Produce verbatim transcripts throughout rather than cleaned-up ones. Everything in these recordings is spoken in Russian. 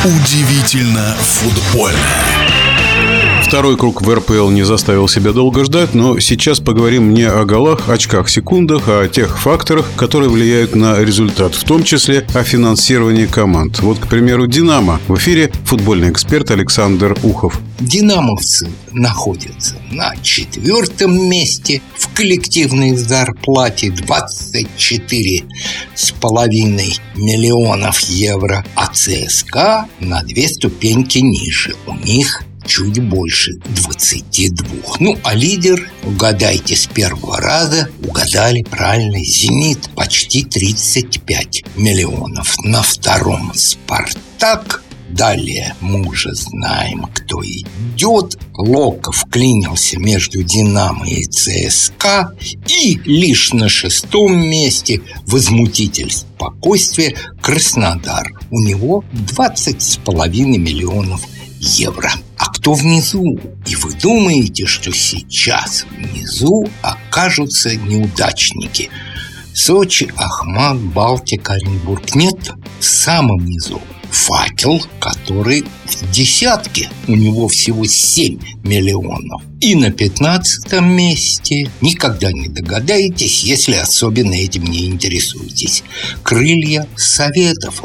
Удивительно футбольно. Второй круг в эр пэ эл не заставил себя долго ждать, но сейчас поговорим не о голах, очках, секундах, а о тех факторах, которые влияют на результат, в том числе о финансировании команд. Вот, к примеру, «Динамо». В эфире футбольный эксперт Александр Ухов. Динамовцы находятся на четвертом месте в коллективной зарплате двадцать четыре с половиной миллионов евро, а ЦСКА на две ступеньки ниже. У них чуть больше двадцати двух. Ну, а лидер, угадайте с первого раза, угадали правильно, «Зенит», почти тридцать пять миллионов. На втором «Спартак». Далее мы уже знаем, кто идет. Локо вклинился между «Динамо» и ЦСКА. И лишь на шестом месте возмутитель спокойствия Краснодар. У него двадцать с половиной миллионов евро. А кто внизу? И вы думаете, что сейчас внизу окажутся неудачники? Сочи, Ахмат, Балтика, Оренбург. Нет, в самом низу «Факел», который в десятке. У него всего семь миллионов. И на пятнадцатом месте, никогда не догадаетесь, если особенно этим не интересуетесь, «Крылья Советов»,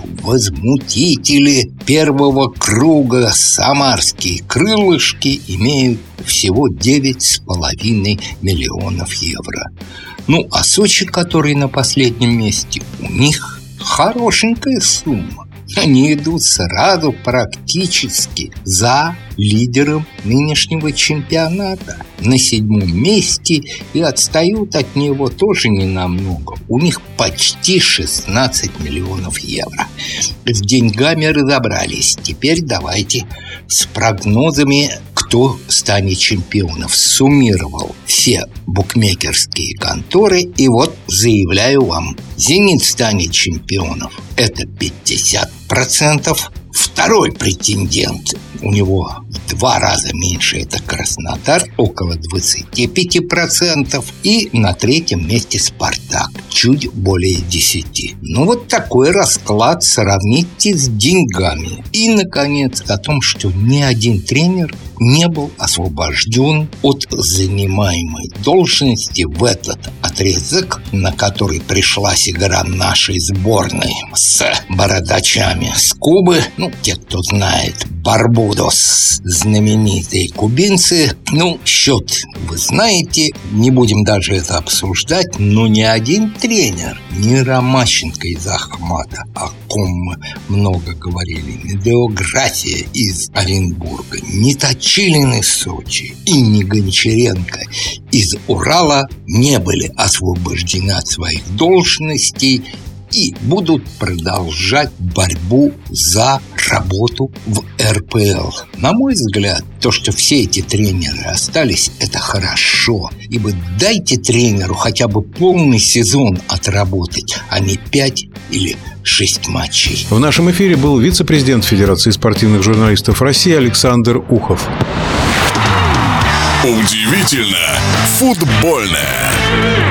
возмутители первого круга, самарские крылышки, имеют всего девять с половиной миллионов евро. Ну, а Сочи, который на последнем месте, у них хорошенькая сумма. Они идут сразу практически за лидером нынешнего чемпионата на седьмом месте и отстают от него тоже не намного. У них почти шестнадцать миллионов евро. С деньгами разобрались. Теперь давайте с прогнозами, кто станет чемпионом. Суммировал все букмекерские конторы и вот заявляю вам: «Зенит» станет чемпионом. Это пятьдесят процентов. Второй претендент, у него в два раза меньше, это Краснодар, около двадцать пять процентов. И на третьем месте «Спартак», чуть более десяти. Ну вот такой расклад, сравните с деньгами. И, наконец, о том, что ни один тренер не был освобожден от занимаемой должности в этот отрезок, на который пришлась игра нашей сборной с бородачами с Кубы. Ну, те, кто знает, Барбудос, знаменитые кубинцы. Ну, счет вы знаете, не будем даже это обсуждать, но ни один тренер, ни Ромащенко из Ахмата, о ком мы много говорили, ни Деография из Оренбурга, ни Точилин из Сочи и ни Гончаренко из Урала не были освобождены от своих должностей и будут продолжать борьбу за работу в эр пэ эл. На мой взгляд, то, что все эти тренеры остались, это хорошо. Ибо дайте тренеру хотя бы полный сезон отработать, а не пять или шесть матчей. В нашем эфире был вице-президент Федерации спортивных журналистов России Александр Ухов. Удивительно футбольное.